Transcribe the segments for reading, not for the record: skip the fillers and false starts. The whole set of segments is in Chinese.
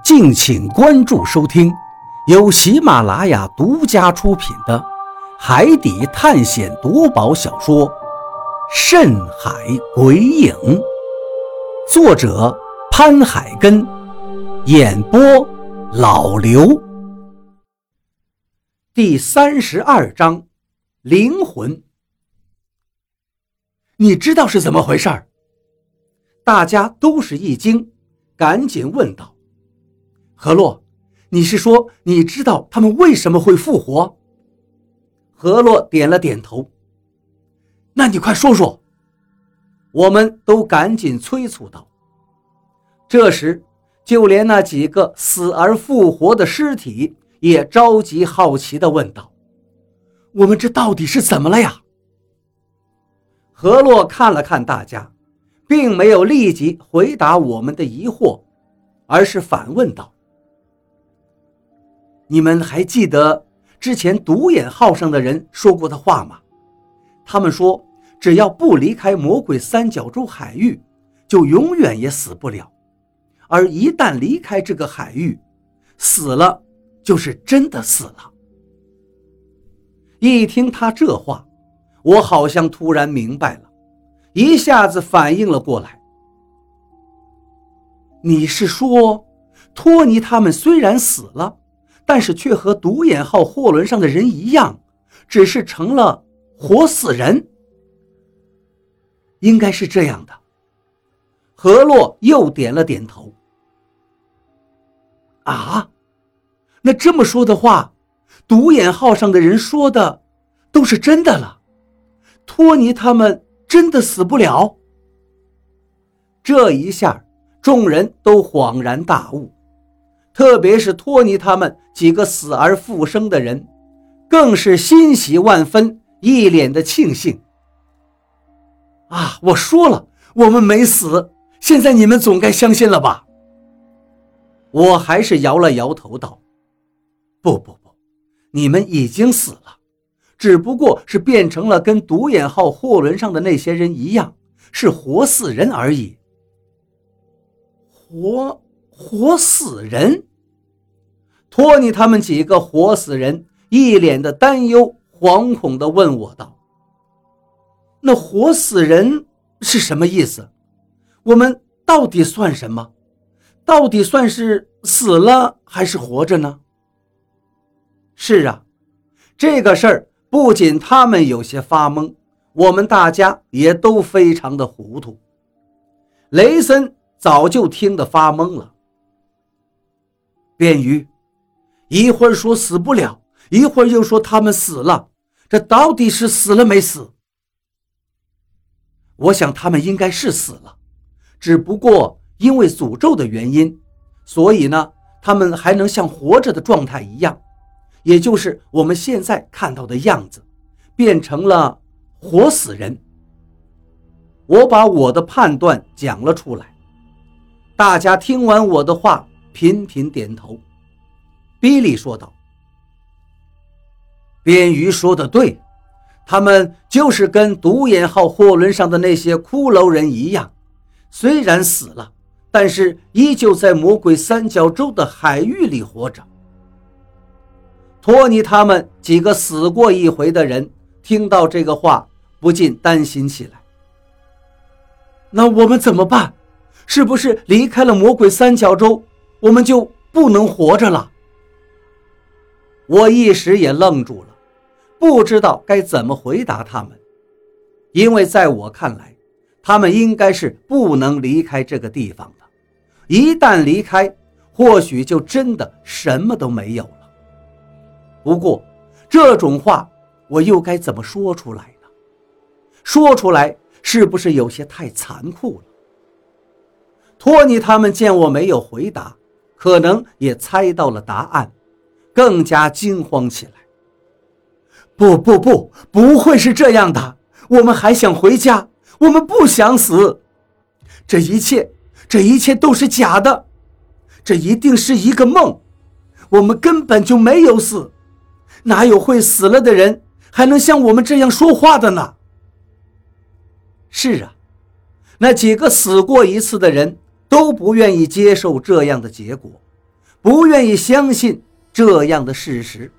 敬请关注收听，由喜马拉雅独家出品的海底探险夺宝小说《深海鬼影》，作者潘海根，演播老刘。第32章，灵魂。你知道是怎么回事？大家都是一惊，赶紧问道。何洛，你是说你知道他们为什么会复活？何洛点了点头。那你快说说。我们都赶紧催促道。这时就连那几个死而复活的尸体也着急好奇地问道，我们这到底是怎么了呀？何洛看了看大家，并没有立即回答我们的疑惑，而是反问道，你们还记得之前独眼号上的人说过的话吗？他们说只要不离开魔鬼三角洲海域，就永远也死不了，而一旦离开这个海域，死了就是真的死了。一听他这话，我好像突然明白了，一下子反应了过来。你是说托尼他们虽然死了，但是却和独眼号货轮上的人一样，只是成了活死人？应该是这样的。何洛又点了点头。啊，那这么说的话，独眼号上的人说的都是真的了，托尼他们真的死不了？这一下众人都恍然大悟，特别是托尼他们几个死而复生的人，更是欣喜万分，一脸的庆幸。啊，我说了，我们没死，现在你们总该相信了吧？我还是摇了摇头道，不，你们已经死了，只不过是变成了跟独眼号货轮上的那些人一样，是活死人而已。活死人？托尼他们几个活死人一脸的担忧，惶恐地问我道，那活死人是什么意思？我们到底算什么？到底算是死了还是活着呢？是啊，这个事儿不仅他们有些发懵，我们大家也都非常的糊涂。雷森早就听得发懵了。便于一会儿说死不了，一会儿又说他们死了，这到底是死了没死？我想他们应该是死了，只不过因为诅咒的原因，所以呢，他们还能像活着的状态一样，也就是我们现在看到的样子，变成了活死人。我把我的判断讲了出来，大家听完我的话频频点头。比利说道，边鱼说得对，他们就是跟独眼号货轮上的那些骷髅人一样，虽然死了，但是依旧在魔鬼三角洲的海域里活着。托尼他们几个死过一回的人听到这个话，不禁担心起来。那我们怎么办？是不是离开了魔鬼三角洲，我们就不能活着了？我一时也愣住了，不知道该怎么回答他们，因为在我看来，他们应该是不能离开这个地方的，一旦离开，或许就真的什么都没有了。不过这种话我又该怎么说出来呢？说出来是不是有些太残酷了？托尼他们见我没有回答，可能也猜到了答案，更加惊慌起来。不会是这样的，我们还想回家，我们不想死，这一切都是假的，这一定是一个梦，我们根本就没有死，哪有会死了的人还能像我们这样说话的呢？是啊，那几个死过一次的人都不愿意接受这样的结果， 不愿意相信这样的事实。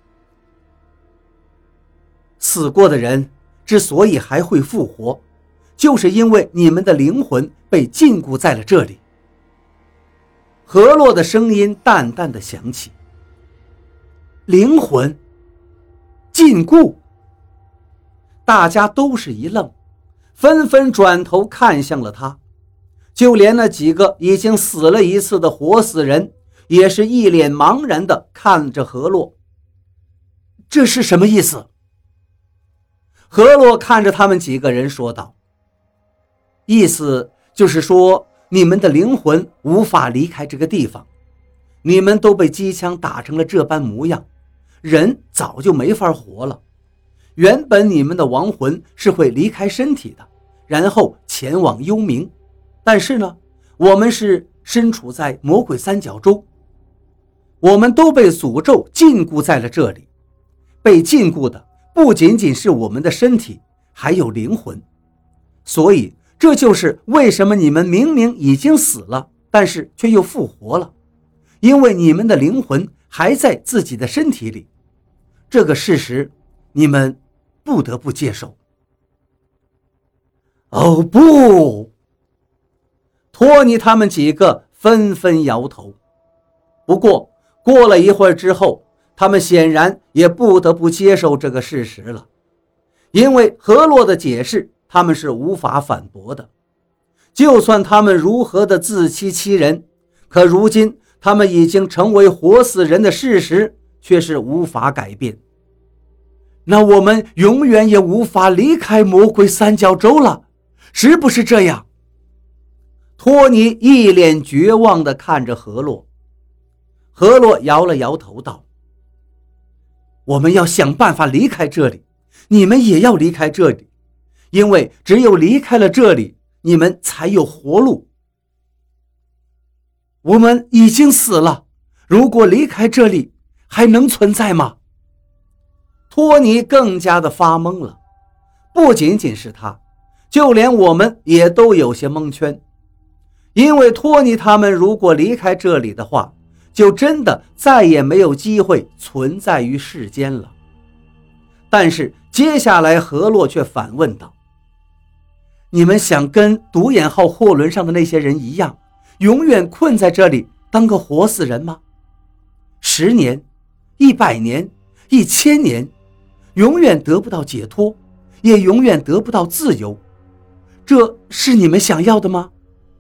死过的人之所以还会复活，就是因为你们的灵魂被禁锢在了这里。何洛的声音淡淡的响起。灵魂禁锢？大家都是一愣，纷纷转头看向了他，就连那几个已经死了一次的活死人也是一脸茫然地看着何洛。这是什么意思？何洛看着他们几个人说道，意思就是说你们的灵魂无法离开这个地方，你们都被机枪打成了这般模样，人早就没法活了。原本你们的亡魂是会离开身体的，然后前往幽冥，但是呢，我们是身处在魔鬼三角洲，我们都被诅咒禁锢在了这里。被禁锢的不仅仅是我们的身体，还有灵魂。所以这就是为什么你们明明已经死了，但是却又复活了，因为你们的灵魂还在自己的身体里。这个事实你们不得不接受。哦不！托尼他们几个纷纷摇头。不过过了一会儿之后，他们显然也不得不接受这个事实了，因为何洛的解释他们是无法反驳的。就算他们如何的自欺欺人，可如今他们已经成为活死人的事实却是无法改变。那我们永远也无法离开魔鬼三角洲了，是不是这样？托尼一脸绝望地看着何洛。何洛摇了摇头道，我们要想办法离开这里，你们也要离开这里，因为只有离开了这里，你们才有活路。我们已经死了，如果离开这里，还能存在吗？托尼更加的发懵了，不仅仅是他，就连我们也都有些蒙圈。因为托尼他们如果离开这里的话，就真的再也没有机会存在于世间了。但是接下来何洛却反问道，你们想跟独眼号货轮上的那些人一样，永远困在这里当个活死人吗？10年、100年、1000年，永远得不到解脱，也永远得不到自由，这是你们想要的吗？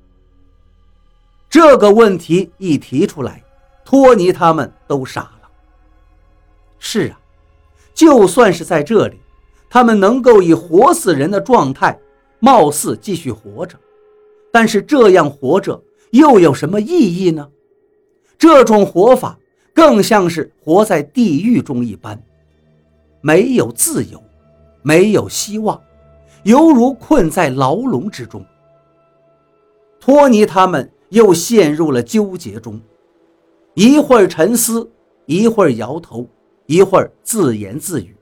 这个问题一提出来，托尼他们都傻了。是啊，就算是在这里，他们能够以活死人的状态貌似继续活着，但是这样活着又有什么意义呢？这种活法更像是活在地狱中一般，没有自由，没有希望，犹如困在牢笼之中。托尼他们又陷入了纠结中，一会儿沉思，一会儿摇头，一会儿自言自语。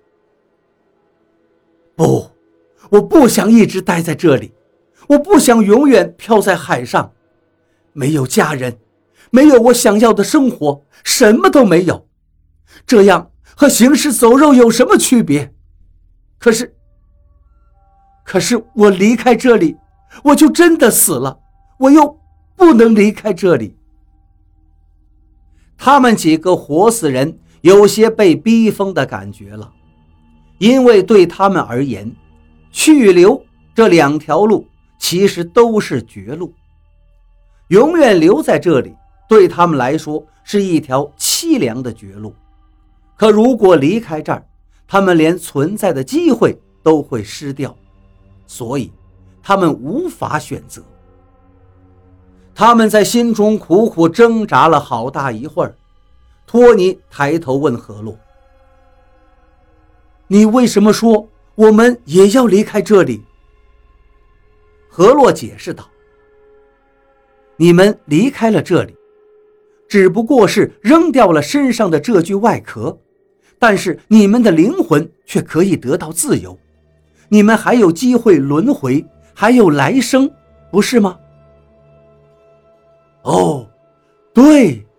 不，我不想一直待在这里，我不想永远飘在海上，没有家人，没有我想要的生活，什么都没有，这样和行尸走肉有什么区别？可是我离开这里，我就真的死了，我又不能离开这里。他们几个活死人有些被逼疯的感觉了，因为对他们而言，去留这2条路其实都是绝路。永远留在这里对他们来说是一条凄凉的绝路，可如果离开这儿，他们连存在的机会都会失掉，所以他们无法选择。他们在心中苦苦挣扎了好大一会儿。托尼抬头问何洛，你为什么说我们也要离开这里？何洛解释道，你们离开了这里，只不过是扔掉了身上的这具外壳，但是你们的灵魂却可以得到自由，你们还有机会轮回，还有来生，不是吗？哦，对，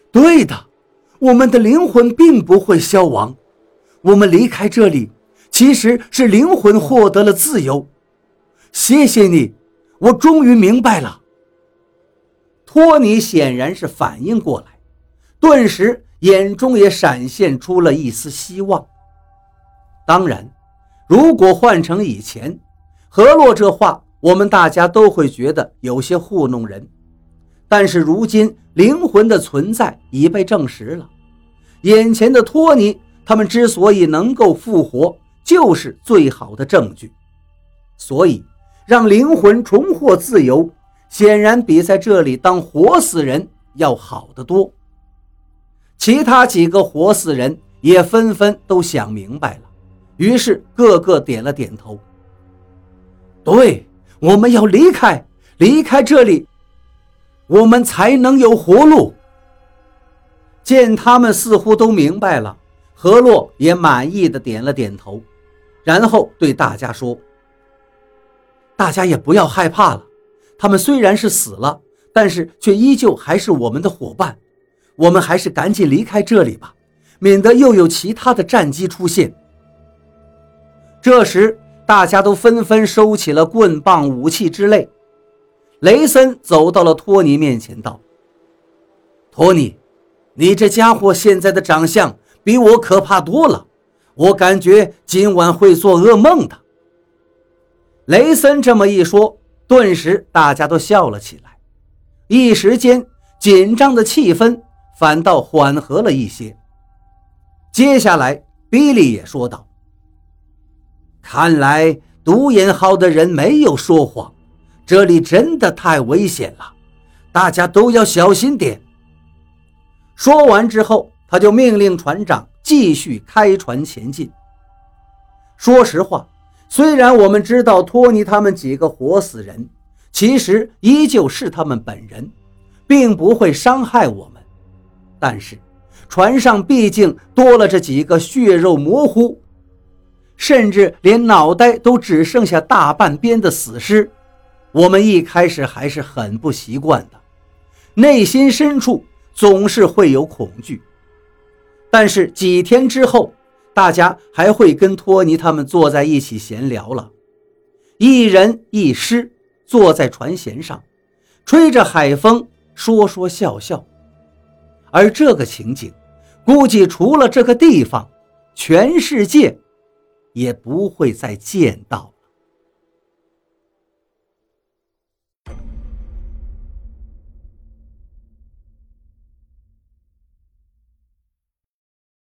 对的，我们的灵魂并不会消亡，我们离开这里，其实是灵魂获得了自由。谢谢你，我终于明白了。托尼显然是反应过来，顿时眼中也闪现出了一丝希望。当然，如果换成以前，何洛这话我们大家都会觉得有些糊弄人，但是如今灵魂的存在已被证实了，眼前的托尼他们之所以能够复活，就是最好的证据。所以让灵魂重获自由，显然比在这里当活死人要好得多。其他几个活死人也纷纷都想明白了，于是个个点了点头。对，我们要离开这里，我们才能有活路。见他们似乎都明白了，何洛也满意的点了点头，然后对大家说：大家也不要害怕了，他们虽然是死了，但是却依旧还是我们的伙伴，我们还是赶紧离开这里吧，免得又有其他的战机出现。这时大家都纷纷收起了棍棒武器之类。雷森走到了托尼面前道：托尼，你这家伙现在的长相比我可怕多了，我感觉今晚会做噩梦的。雷森这么一说，顿时大家都笑了起来，一时间紧张的气氛反倒缓和了一些。接下来比利也说道：看来独眼号的人没有说谎，这里真的太危险了，大家都要小心点。说完之后，他就命令船长继续开船前进。说实话，虽然我们知道托尼他们几个活死人其实依旧是他们本人，并不会伤害我们，但是船上毕竟多了这几个血肉模糊，甚至连脑袋都只剩下大半边的死尸，我们一开始还是很不习惯的，内心深处总是会有恐惧。但是几天之后，大家还会跟托尼他们坐在一起闲聊了，一人一尸坐在船舷上，吹着海风，说说笑笑。而这个情景，估计除了这个地方，全世界也不会再见到。